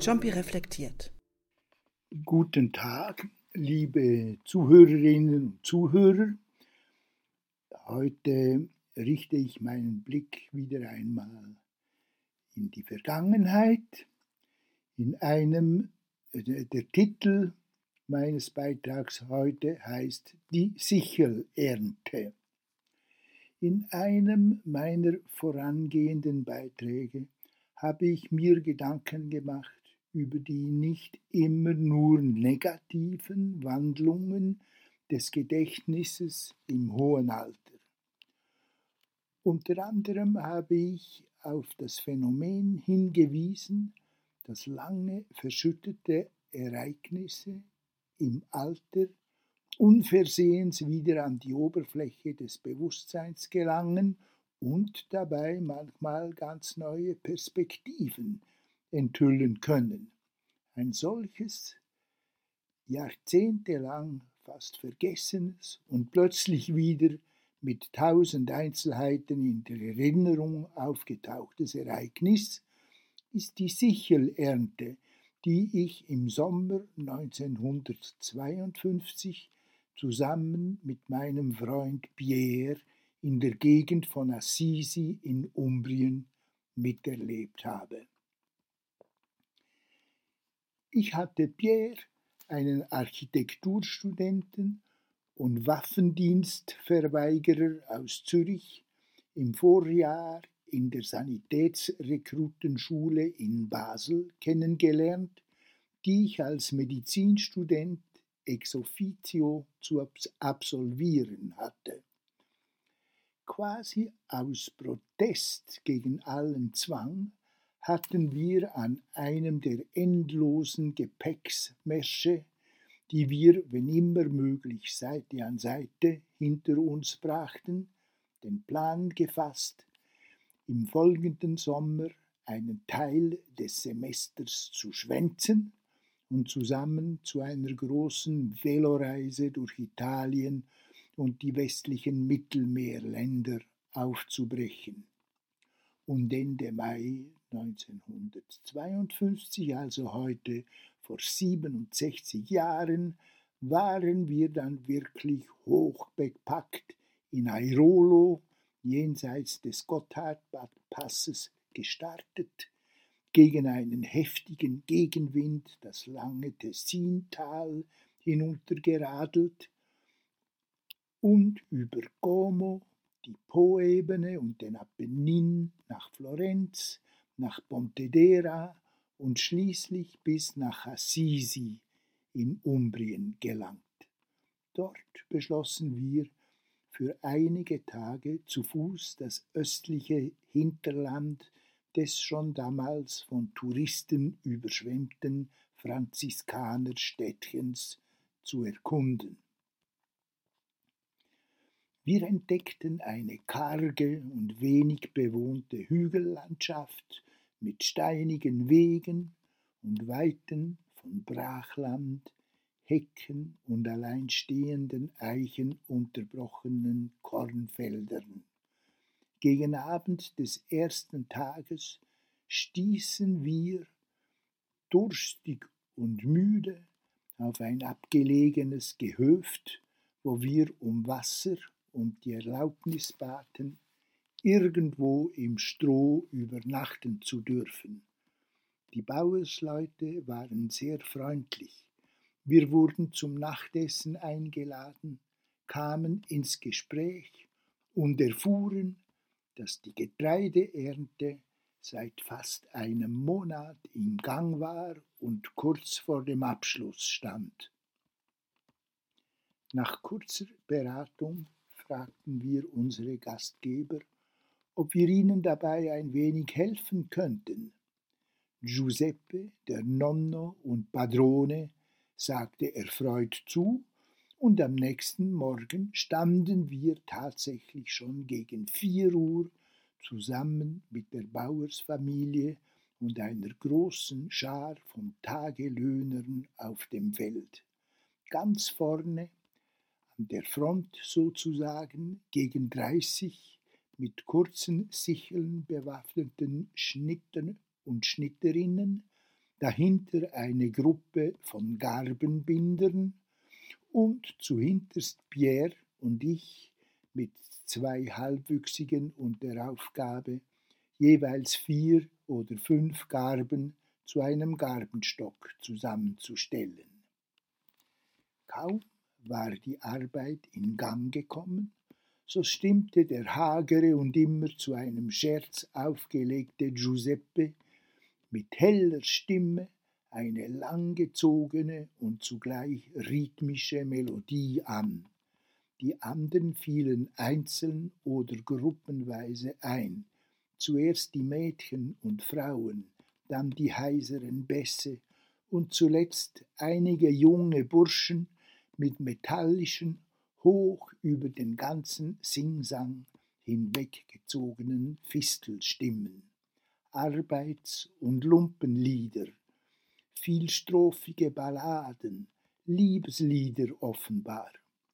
Jumpy reflektiert. Guten Tag, liebe Zuhörerinnen und Zuhörer. Heute richte ich meinen Blick wieder einmal in die Vergangenheit. Der Titel meines Beitrags heute heißt Die Sichelernte. In einem meiner vorangehenden Beiträge habe ich mir Gedanken gemacht über die nicht immer nur negativen Wandlungen des Gedächtnisses im hohen Alter. Unter anderem habe ich auf das Phänomen hingewiesen, dass lange verschüttete Ereignisse im Alter unversehens wieder an die Oberfläche des Bewusstseins gelangen und dabei manchmal ganz neue Perspektiven enthüllen können. Ein solches jahrzehntelang fast vergessenes und plötzlich wieder mit 1000 Einzelheiten in der Erinnerung aufgetauchtes Ereignis ist die Sichelernte, die ich im Sommer 1952 zusammen mit meinem Freund Pierre in der Gegend von Assisi in Umbrien miterlebt habe. Ich hatte Pierre, einen Architekturstudenten und Waffendienstverweigerer aus Zürich, im Vorjahr in der Sanitätsrekrutenschule in Basel kennengelernt, die ich als Medizinstudent ex officio zu absolvieren hatte. Quasi aus Protest gegen allen Zwang hatten wir an einem der endlosen Gepäcksmärsche, die wir, wenn immer möglich, Seite an Seite hinter uns brachten, den Plan gefasst, im folgenden Sommer einen Teil des Semesters zu schwänzen und zusammen zu einer großen Veloreise durch Italien und die westlichen Mittelmeerländer aufzubrechen. Und Ende Mai 1952, also heute vor 67 Jahren, waren wir dann wirklich hochbepackt in Airolo, jenseits des Gotthardpasses gestartet, gegen einen heftigen Gegenwind das lange Tessintal hinuntergeradelt und über Como, die Poebene und den Apennin nach Florenz, nach Pontedera und schließlich bis nach Assisi in Umbrien gelangt. Dort beschlossen wir, für einige Tage zu Fuß das östliche Hinterland des schon damals von Touristen überschwemmten Franziskanerstädtchens zu erkunden. Wir entdeckten eine karge und wenig bewohnte Hügellandschaft mit steinigen Wegen und weiten von Brachland, Hecken und alleinstehenden Eichen unterbrochenen Kornfeldern. Gegen Abend des ersten Tages stießen wir, durstig und müde, auf ein abgelegenes Gehöft, wo wir um Wasser und die Erlaubnis baten, irgendwo im Stroh übernachten zu dürfen. Die Bauersleute waren sehr freundlich. Wir wurden zum Nachtessen eingeladen, kamen ins Gespräch und erfuhren, dass die Getreideernte seit fast einem Monat im Gang war und kurz vor dem Abschluss stand. Nach kurzer Beratung fragten wir unsere Gastgeber, ob wir ihnen dabei ein wenig helfen könnten. Giuseppe, der Nonno und Padrone, sagte erfreut zu, und am nächsten Morgen standen wir tatsächlich schon gegen 4 Uhr zusammen mit der Bauersfamilie und einer großen Schar von Tagelöhnern auf dem Feld. Ganz vorne, an der Front sozusagen, gegen 30 mit kurzen Sicheln bewaffneten Schnitter und Schnitterinnen, dahinter eine Gruppe von Garbenbindern und zuhinterst Pierre und ich mit 2 Halbwüchsigen und der Aufgabe, jeweils 4 oder 5 Garben zu einem Garbenstock zusammenzustellen. Kaum war die Arbeit in Gang gekommen, so stimmte der hagere und immer zu einem Scherz aufgelegte Giuseppe mit heller Stimme eine langgezogene und zugleich rhythmische Melodie an. Die anderen fielen einzeln oder gruppenweise ein, zuerst die Mädchen und Frauen, dann die heiseren Bässe und zuletzt einige junge Burschen mit metallischen, hoch über den ganzen Singsang hinweggezogenen Fistelstimmen. Arbeits- und Lumpenlieder, vielstrophige Balladen, Liebeslieder offenbar.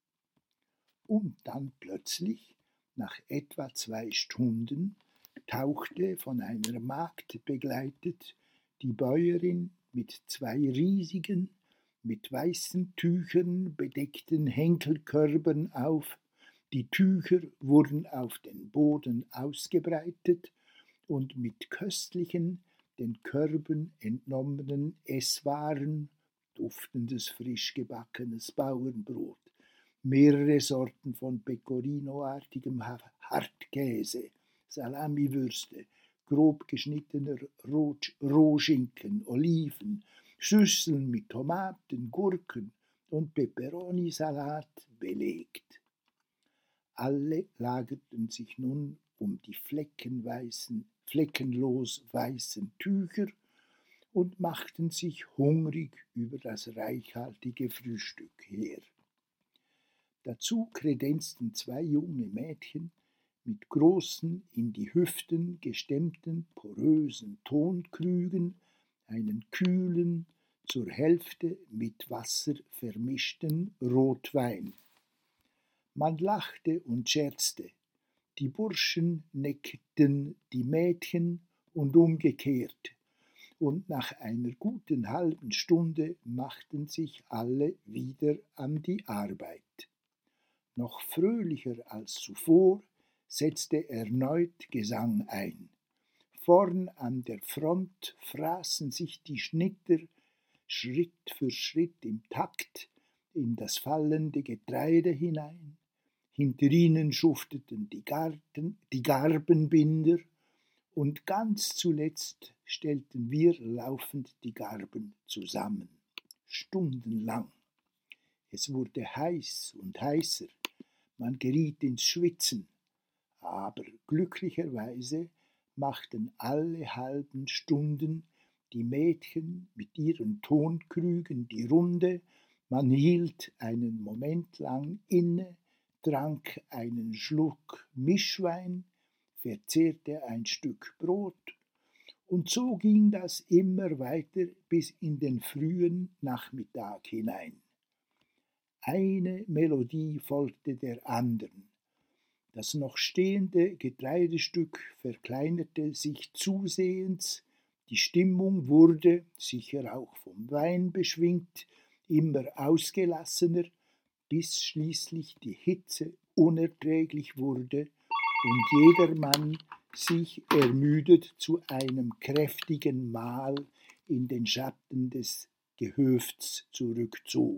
Und dann plötzlich, nach etwa 2 Stunden, tauchte von einer Magd begleitet die Bäuerin mit 2 riesigen, mit weißen Tüchern bedeckten Henkelkörbern auf. Die Tücher wurden auf den Boden ausgebreitet und mit köstlichen, den Körben entnommenen Esswaren, duftendes frisch gebackenes Bauernbrot, mehrere Sorten von Pecorino-artigem Hartkäse, Salamiwürste, grob geschnittener Rohschinken, Oliven, Schüsseln mit Tomaten, Gurken und Peperoni-Salat belegt. Alle lagerten sich nun um die fleckenlos weißen Tücher und machten sich hungrig über das reichhaltige Frühstück her. Dazu kredenzten 2 junge Mädchen mit großen, in die Hüften gestemmten, porösen Tonkrügen einen kühlen, zur Hälfte mit Wasser vermischten Rotwein. Man lachte und scherzte, die Burschen neckten die Mädchen und umgekehrt, und nach einer guten halben Stunde machten sich alle wieder an die Arbeit. Noch fröhlicher als zuvor setzte erneut Gesang ein. Vorn an der Front fraßen sich die Schnitter Schritt für Schritt im Takt in das fallende Getreide hinein. Hinter ihnen schufteten die Garbenbinder und ganz zuletzt stellten wir laufend die Garben zusammen, stundenlang. Es wurde heiß und heißer, man geriet ins Schwitzen, aber glücklicherweise machten alle halben Stunden die Mädchen mit ihren Tonkrügen die Runde, man hielt einen Moment lang inne, trank einen Schluck Mischwein, verzehrte ein Stück Brot, und so ging das immer weiter bis in den frühen Nachmittag hinein. Eine Melodie folgte der anderen. Das noch stehende Getreidestück verkleinerte sich zusehends, die Stimmung wurde, sicher auch vom Wein beschwingt, immer ausgelassener, bis schließlich die Hitze unerträglich wurde und jedermann sich ermüdet zu einem kräftigen Mahl in den Schatten des Gehöfts zurückzog.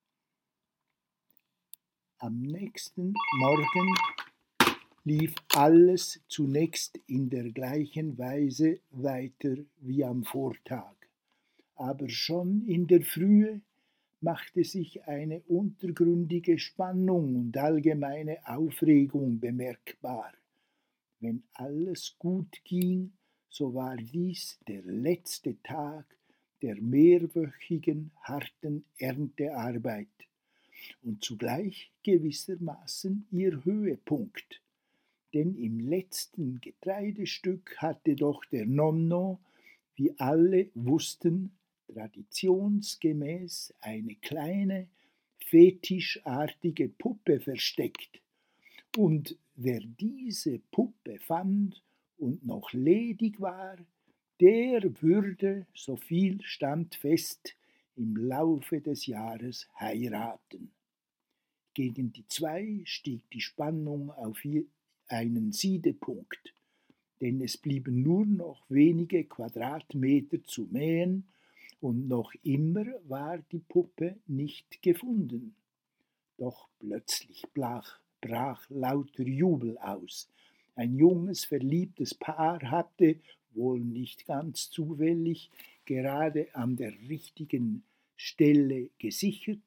Am nächsten Morgen lief alles zunächst in der gleichen Weise weiter wie am Vortag, aber schon in der Frühe machte sich eine untergründige Spannung und allgemeine Aufregung bemerkbar. Wenn alles gut ging, so war dies der letzte Tag der mehrwöchigen harten Erntearbeit und zugleich gewissermaßen ihr Höhepunkt. Denn im letzten Getreidestück hatte doch der Nonno, wie alle wussten, traditionsgemäß eine kleine, fetischartige Puppe versteckt. Und wer diese Puppe fand und noch ledig war, der würde, so viel stand fest, im Laufe des Jahres heiraten. Gegen die zwei stieg die Spannung auf einen Siedepunkt, denn es blieben nur noch wenige Quadratmeter zu mähen und noch immer war die Puppe nicht gefunden. Doch plötzlich brach lauter Jubel aus. Ein junges, verliebtes Paar hatte, wohl nicht ganz zufällig, gerade an der richtigen Stelle gesichert.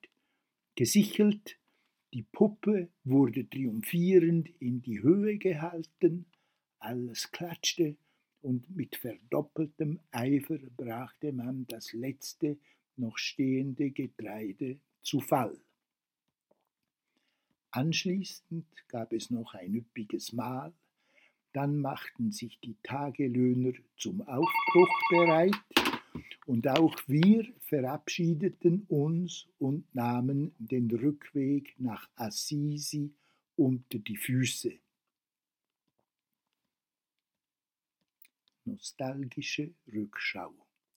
Die Puppe wurde triumphierend in die Höhe gehalten, alles klatschte und mit verdoppeltem Eifer brachte man das letzte noch stehende Getreide zu Fall. Anschließend gab es noch ein üppiges Mahl, dann machten sich die Tagelöhner zum Aufbruch bereit, und auch wir verabschiedeten uns und nahmen den Rückweg nach Assisi unter die Füße. Nostalgische Rückschau.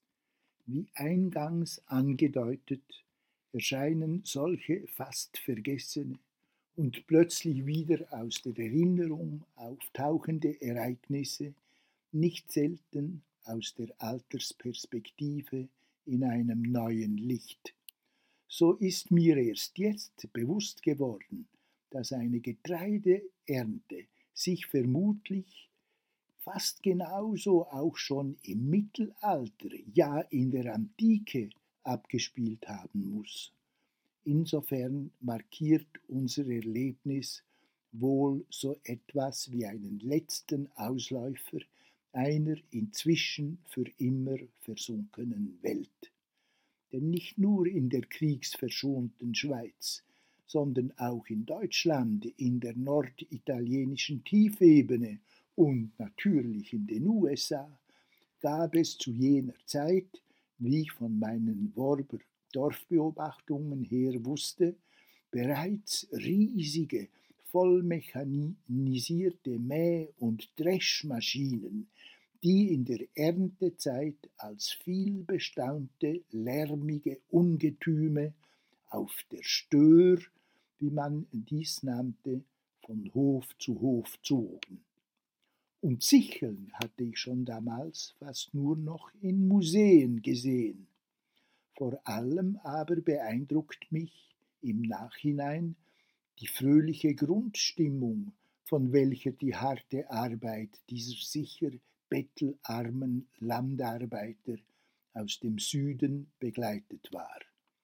Wie eingangs angedeutet, erscheinen solche fast vergessene und plötzlich wieder aus der Erinnerung auftauchende Ereignisse nicht selten aus der Altersperspektive in einem neuen Licht. So ist mir erst jetzt bewusst geworden, dass eine Getreideernte sich vermutlich fast genauso auch schon im Mittelalter, ja in der Antike abgespielt haben muss. Insofern markiert unser Erlebnis wohl so etwas wie einen letzten Ausläufer einer inzwischen für immer versunkenen Welt. Denn nicht nur in der kriegsverschonten Schweiz, sondern auch in Deutschland, in der norditalienischen Tiefebene und natürlich in den USA gab es zu jener Zeit, wie ich von meinen Worber Dorfbeobachtungen her wusste, bereits riesige, voll mechanisierte Mäh- und Dreschmaschinen, die in der Erntezeit als vielbestaunte, lärmige Ungetüme auf der Stör, wie man dies nannte, von Hof zu Hof zogen. Und Sicheln hatte ich schon damals fast nur noch in Museen gesehen. Vor allem aber beeindruckt mich im Nachhinein die fröhliche Grundstimmung, von welcher die harte Arbeit dieser sicher bettelarmen Landarbeiter aus dem Süden begleitet war.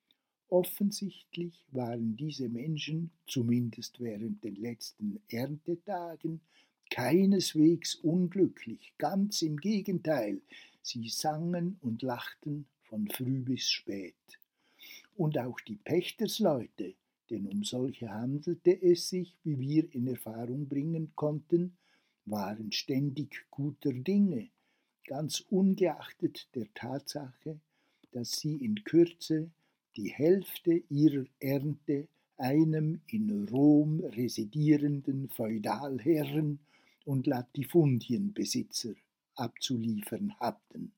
Offensichtlich waren diese Menschen, zumindest während den letzten Erntetagen, keineswegs unglücklich, ganz im Gegenteil, sie sangen und lachten von früh bis spät. Und auch die Pächtersleute, denn um solche handelte es sich, wie wir in Erfahrung bringen konnten, waren ständig guter Dinge, ganz ungeachtet der Tatsache, dass sie in Kürze die Hälfte ihrer Ernte einem in Rom residierenden Feudalherren und Latifundienbesitzer abzuliefern hatten.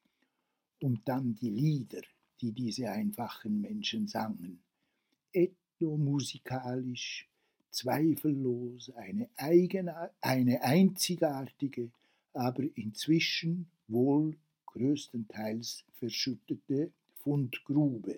Und dann die Lieder, die diese einfachen Menschen sangen, ethnomusikalisch, zweifellos eine einzigartige, aber inzwischen wohl größtenteils verschüttete Fundgrube.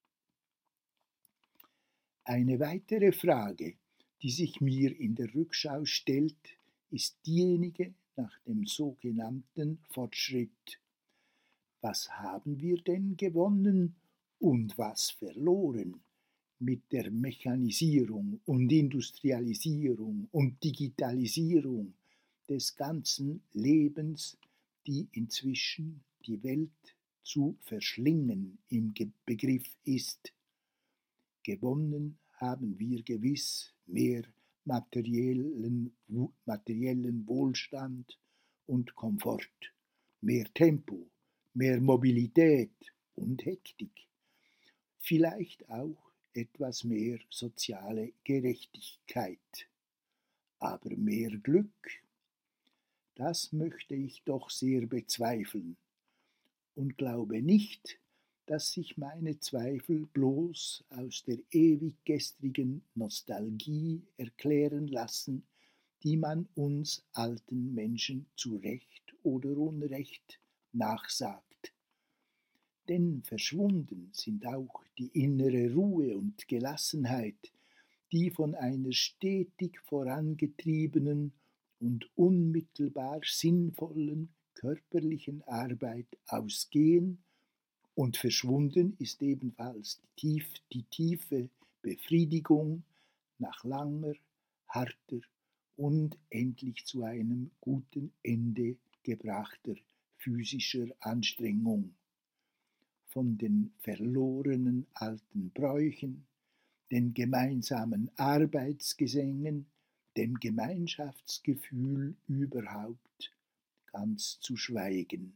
Eine weitere Frage, die sich mir in der Rückschau stellt, ist diejenige nach dem sogenannten Fortschritt. Was haben wir denn gewonnen und was verloren mit der Mechanisierung und Industrialisierung und Digitalisierung des ganzen Lebens, die inzwischen die Welt zu verschlingen im Begriff ist? Gewonnen haben wir gewiss mehr materiellen Wohlstand und Komfort, mehr Tempo, mehr Mobilität und Hektik, vielleicht auch etwas mehr soziale Gerechtigkeit, aber mehr Glück. Das möchte ich doch sehr bezweifeln und glaube nicht, dass sich meine Zweifel bloß aus der ewig gestrigen Nostalgie erklären lassen, die man uns alten Menschen zu Recht oder Unrecht nachsagt. Denn verschwunden sind auch die innere Ruhe und Gelassenheit, die von einer stetig vorangetriebenen und unmittelbar sinnvollen körperlichen Arbeit ausgehen, und verschwunden ist ebenfalls die tiefe Befriedigung nach langer, harter und endlich zu einem guten Ende gebrachter physischer Anstrengung. Von den verlorenen alten Bräuchen, den gemeinsamen Arbeitsgesängen, dem Gemeinschaftsgefühl überhaupt ganz zu schweigen.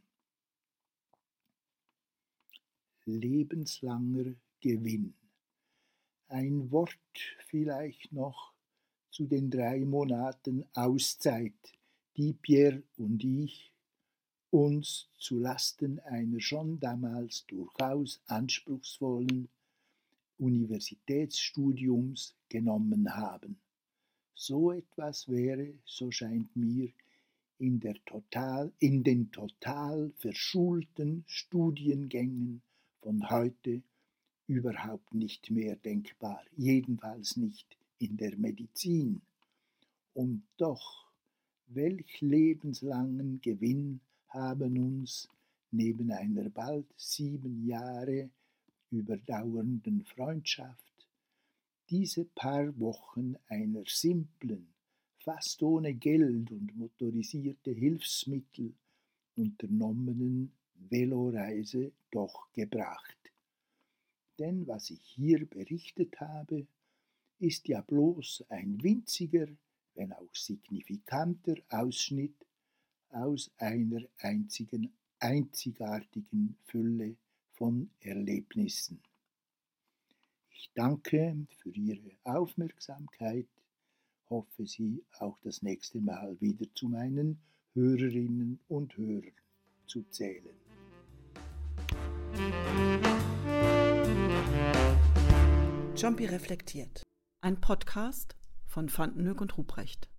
Lebenslanger Gewinn. Ein Wort vielleicht noch zu den 3 Monaten Auszeit, die Pierre und ich uns zu Lasten einer schon damals durchaus anspruchsvollen Universitätsstudiums genommen haben. So etwas wäre, so scheint mir, in den total verschulten Studiengängen von heute überhaupt nicht mehr denkbar, jedenfalls nicht in der Medizin. Und doch, welch lebenslangen Gewinn haben uns neben einer bald 7 Jahre überdauernden Freundschaft diese paar Wochen einer simplen, fast ohne Geld und motorisierte Hilfsmittel unternommenen Veloreise doch gebracht. Denn was ich hier berichtet habe, ist ja bloß ein winziger, wenn auch signifikanter Ausschnitt aus einer einzigartigen Fülle von Erlebnissen. Ich danke für Ihre Aufmerksamkeit, hoffe Sie auch das nächste Mal wieder zu meinen Hörerinnen und Hörern zu zählen. Jumpy reflektiert. Ein Podcast von Vandenhoek und Ruprecht.